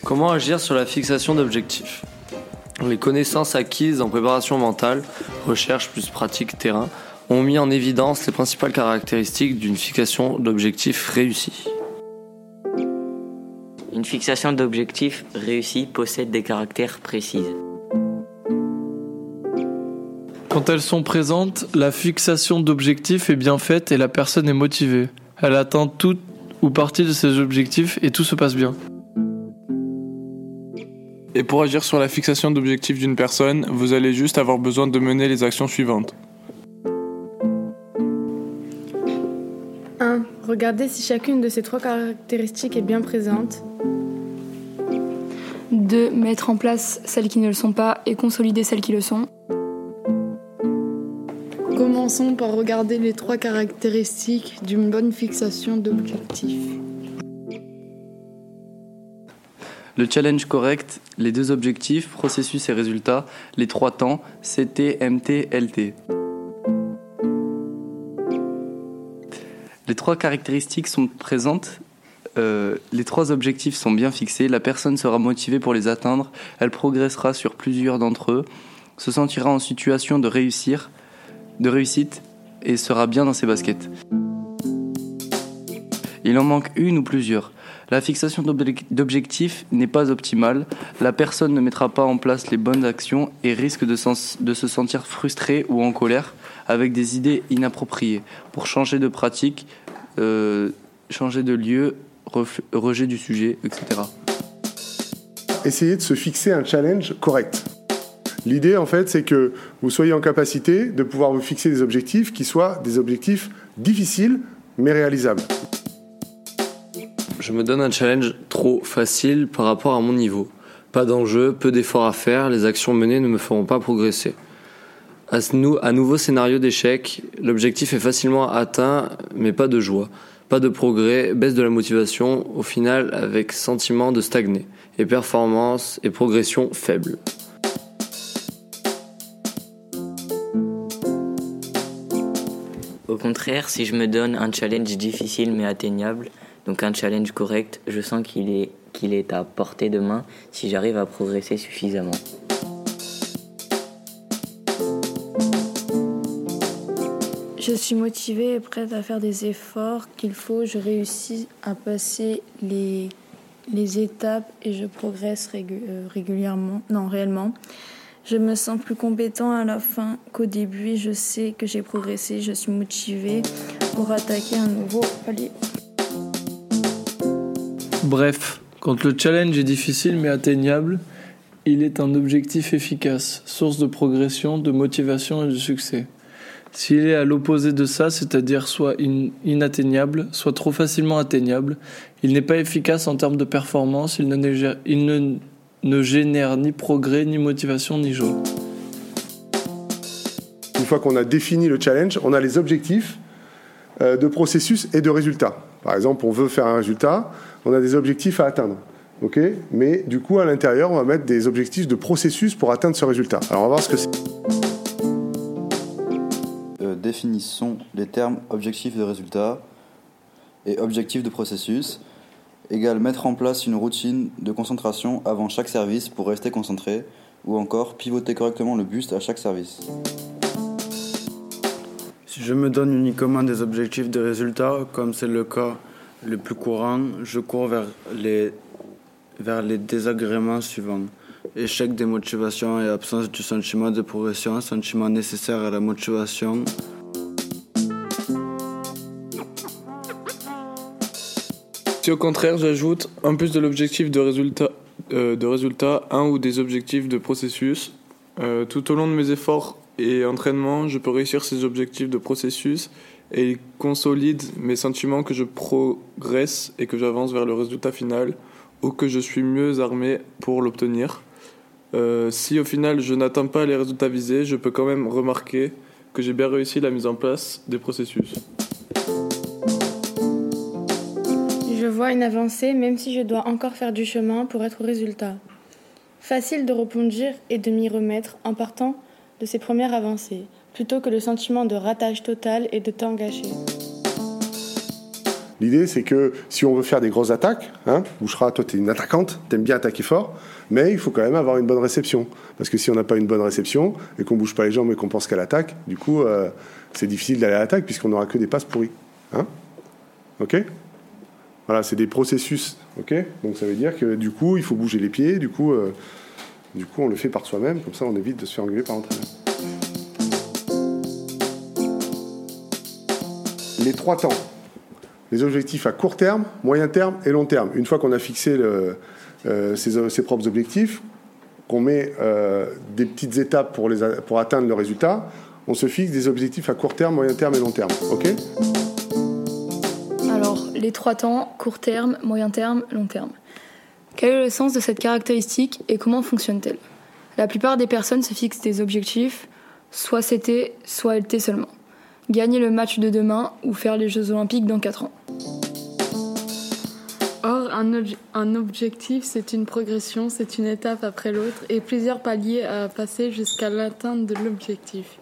Comment agir sur la fixation d'objectifs ? Les connaissances acquises en préparation mentale, recherche plus pratique terrain, ont mis en évidence les principales caractéristiques d'une fixation d'objectifs réussie. Une fixation d'objectifs réussie possède des caractères précis. Quand elles sont présentes, la fixation d'objectifs est bien faite et la personne est motivée. Elle atteint tout ou partie de ses objectifs et tout se passe bien. Et pour agir sur la fixation d'objectifs d'une personne, vous allez juste avoir besoin de mener les actions suivantes. 1. Regardez si chacune de ces 3 caractéristiques est bien présente. 2. Mettre en place celles qui ne le sont pas et consolider celles qui le sont. Commençons par regarder les 3 caractéristiques d'une bonne fixation d'objectifs. Le challenge correct, les 2 objectifs, processus et résultats, les 3 temps, CT, MT, LT. Les 3 caractéristiques sont présentes, les 3 objectifs sont bien fixés, la personne sera motivée pour les atteindre, elle progressera sur plusieurs d'entre eux, se sentira en situation de réussite et sera bien dans ses baskets. Il en manque une ou plusieurs. La fixation d'objectifs n'est pas optimale, la personne ne mettra pas en place les bonnes actions et risque de se sentir frustrée ou en colère avec des idées inappropriées pour changer de pratique, changer de lieu, rejet du sujet, etc. Essayez de se fixer un challenge correct. L'idée, en fait, c'est que vous soyez en capacité de pouvoir vous fixer des objectifs qui soient des objectifs difficiles mais réalisables. Je me donne un challenge trop facile par rapport à mon niveau. Pas d'enjeu, peu d'efforts à faire, les actions menées ne me feront pas progresser. À nouveau scénario d'échec, l'objectif est facilement atteint, mais pas de joie, pas de progrès, baisse de la motivation, au final avec sentiment de stagner, et performance et progression faibles. Au contraire, si je me donne un challenge difficile mais atteignable, donc un challenge correct, je sens qu'il est à portée de main si j'arrive à progresser suffisamment. Je suis motivée et prête à faire des efforts qu'il faut. Je réussis à passer les étapes et je progresse réellement. Je me sens plus compétent à la fin qu'au début et je sais que j'ai progressé. Je suis motivée pour attaquer un nouveau palier. Bref, quand le challenge est difficile mais atteignable, il est un objectif efficace, source de progression, de motivation et de succès. S'il est à l'opposé de ça, c'est-à-dire soit inatteignable, soit trop facilement atteignable, il n'est pas efficace en termes de performance, il ne génère ni progrès, ni motivation, ni joie. Une fois qu'on a défini le challenge, on a les objectifs de processus et de résultats. Par exemple, on veut faire un résultat, on a des objectifs à atteindre. Okay, mais du coup, à l'intérieur, on va mettre des objectifs de processus pour atteindre ce résultat. Alors, on va voir ce que c'est. Définissons les termes objectifs de résultat et objectifs de processus, égale mettre en place une routine de concentration avant chaque service pour rester concentré, ou encore pivoter correctement le buste à chaque service. Si je me donne uniquement des objectifs de résultat, comme c'est le cas le plus courant, je cours vers les désagréments suivants. Échec des motivations et absence du sentiment de progression, sentiment nécessaire à la motivation. Si au contraire j'ajoute, en plus de l'objectif de résultat, un ou des objectifs de processus, tout au long de mes efforts et entraînements, je peux réussir ces objectifs de processus et ils consolident mes sentiments que je progresse et que j'avance vers le résultat final ou que je suis mieux armé pour l'obtenir. Si au final je n'atteins pas les résultats visés, je peux quand même remarquer que j'ai bien réussi la mise en place des processus. Je vois une avancée même si je dois encore faire du chemin pour être au résultat. Facile de rebondir et de m'y remettre en partant de ces premières avancées, plutôt que le sentiment de ratage total et de temps gâché. L'idée, c'est que si on veut faire des grosses attaques, Bouchra, toi, tu es une attaquante, tu aimes bien attaquer fort, mais il faut quand même avoir une bonne réception. Parce que si on n'a pas une bonne réception et qu'on bouge pas les jambes et qu'on pense qu'à l'attaque, du coup, c'est difficile d'aller à l'attaque puisqu'on n'aura que des passes pourries. OK ? Voilà, c'est des processus. OK ? Donc ça veut dire que du coup, il faut bouger les pieds, du coup, on le fait par soi-même, comme ça, on évite de se faire engueuler par l'entraîneur. Les 3 temps. Les objectifs à court terme, moyen terme et long terme. Une fois qu'on a fixé ses propres objectifs, qu'on met des petites étapes pour atteindre le résultat, on se fixe des objectifs à court terme, moyen terme et long terme. OK ? Alors, les 3 temps, court terme, moyen terme, long terme. Quel est le sens de cette caractéristique et comment fonctionne-t-elle ? La plupart des personnes se fixent des objectifs, soit CT, soit LT seulement. Gagner le match de demain ou faire les Jeux Olympiques dans 4 ans. Or, un objectif, c'est une progression, c'est une étape après l'autre et plusieurs paliers à passer jusqu'à l'atteinte de l'objectif.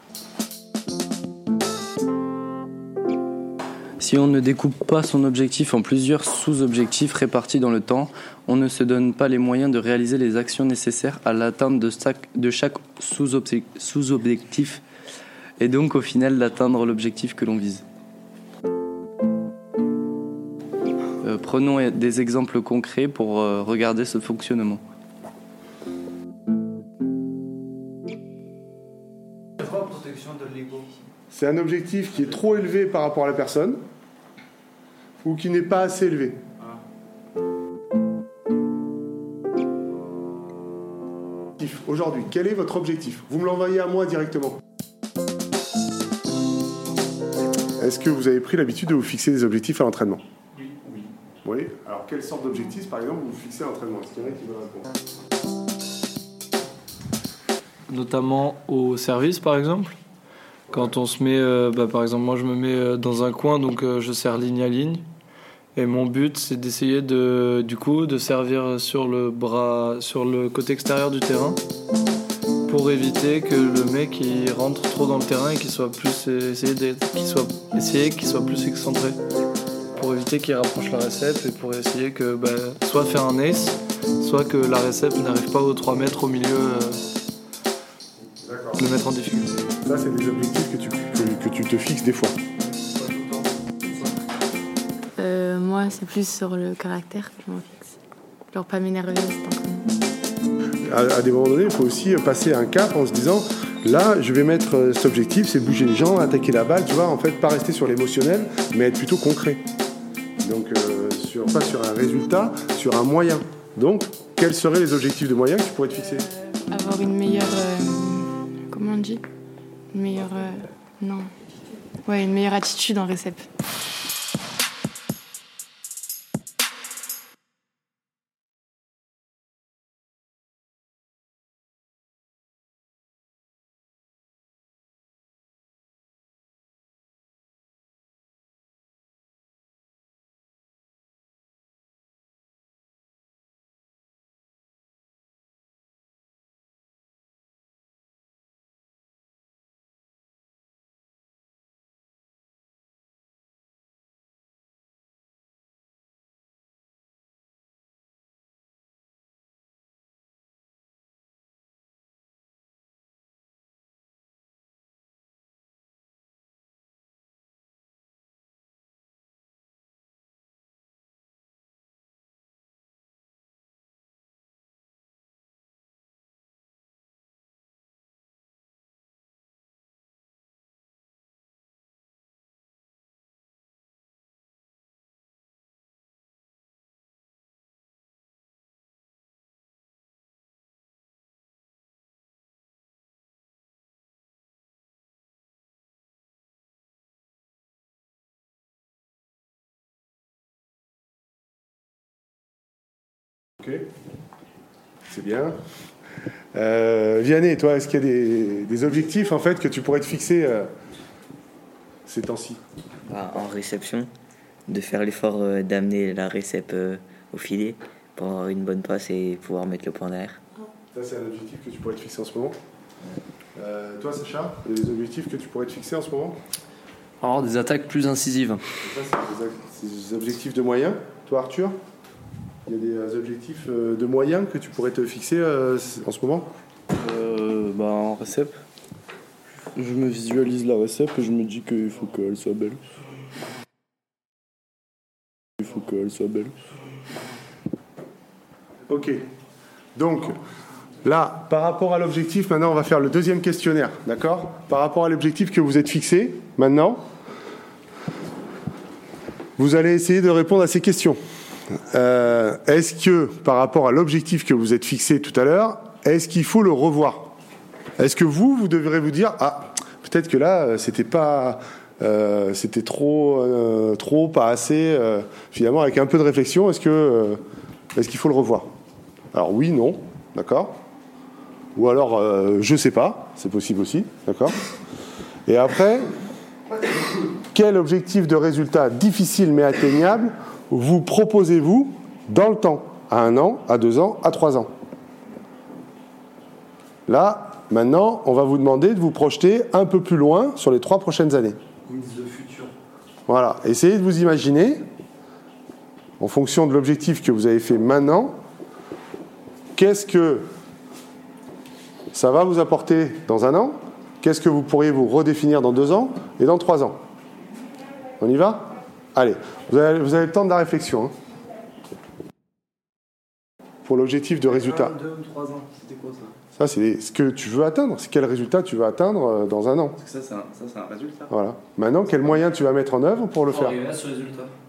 Si on ne découpe pas son objectif en plusieurs sous-objectifs répartis dans le temps, on ne se donne pas les moyens de réaliser les actions nécessaires à l'atteinte de chaque sous-objectif et donc au final d'atteindre l'objectif que l'on vise. Prenons des exemples concrets pour regarder ce fonctionnement. C'est un objectif qui est trop élevé par rapport à la personne ou qui n'est pas assez élevé. Aujourd'hui, quel est votre objectif ? Vous me l'envoyez à moi directement. Est-ce que vous avez pris l'habitude de vous fixer des objectifs à l'entraînement ? Oui. Alors, quelle sorte d'objectifs, par exemple, vous vous fixez à l'entraînement ? Est-ce qu'il y en a qui veulent répondre ? Notamment au service, par exemple. Quand on se met, par exemple, moi je me mets dans un coin, donc je sers ligne à ligne. Et mon but, c'est d'essayer de servir sur le côté extérieur du terrain, pour éviter que le mec il rentre trop dans le terrain et qu'il soit plus excentré, pour éviter qu'il rapproche la récep et pour essayer que soit faire un ace, soit que la récep n'arrive pas aux 3 mètres au milieu, le mettre en difficulté. Ça, c'est des objectifs que tu te fixes des fois. Moi, c'est plus sur le caractère que je m'en fixe. Genre pas m'énerver, c'est à des moments donnés, il faut aussi passer un cap en se disant là, je vais mettre cet objectif, c'est bouger les gens, attaquer la balle, tu vois, en fait, pas rester sur l'émotionnel, mais être plutôt concret. Donc, pas sur un résultat, sur un moyen. Donc, quels seraient les objectifs de moyens que tu pourrais te fixer ? Avoir une meilleure. Comment on dit ? Une meilleure. Non. Ouais, une meilleure attitude en récep. Ok, c'est bien. Vianney, toi, est-ce qu'il y a des objectifs en fait que tu pourrais te fixer ces temps-ci ? En réception, de faire l'effort d'amener la récep au filet pour avoir une bonne passe et pouvoir mettre le point derrière. Ça, c'est un objectif que tu pourrais te fixer en ce moment. Toi, Sacha, il y a des objectifs que tu pourrais te fixer en ce moment ? avoir des attaques plus incisives. Ça, c'est des objectifs de moyens. Toi, Arthur, il y a des objectifs de moyens que tu pourrais te fixer en ce moment? En récep, je me visualise la récep et je me dis qu'il faut qu'elle soit belle. Il faut qu'elle soit belle. Ok. Donc, là, par rapport à l'objectif, maintenant, on va faire le deuxième questionnaire. D'accord? Par rapport à l'objectif que vous êtes fixé, maintenant, vous allez essayer de répondre à ces questions. Est-ce que, par rapport à l'objectif que vous êtes fixé tout à l'heure, est-ce qu'il faut le revoir? Est-ce que vous devrez vous dire, peut-être que là, c'était trop, pas assez. Finalement, avec un peu de réflexion, est-ce qu'il faut le revoir? Alors oui, non, d'accord. Ou alors, je sais pas, c'est possible aussi, d'accord. Et après, quel objectif de résultat difficile mais atteignable vous proposez-vous dans le temps? À 1 an, à 2 ans, à 3 ans? Là, maintenant, on va vous demander de vous projeter un peu plus loin sur les 3 prochaines années. Voilà, essayez de vous imaginer, en fonction de l'objectif que vous avez fait maintenant, qu'est-ce que ça va vous apporter dans 1 an? Qu'est-ce que vous pourriez vous redéfinir dans 2 ans et dans 3 ans? On y va? Allez, vous avez le temps de la réflexion. Hein. Pour l'objectif de résultat. 2 ou 3 ans, c'était quoi ça? Ça, c'est ce que tu veux atteindre. C'est quel résultat tu veux atteindre dans 1 an. Parce que ça, c'est un résultat. Voilà. Maintenant, quels moyens tu vas mettre en œuvre pour le faire? Arriver à ce résultat.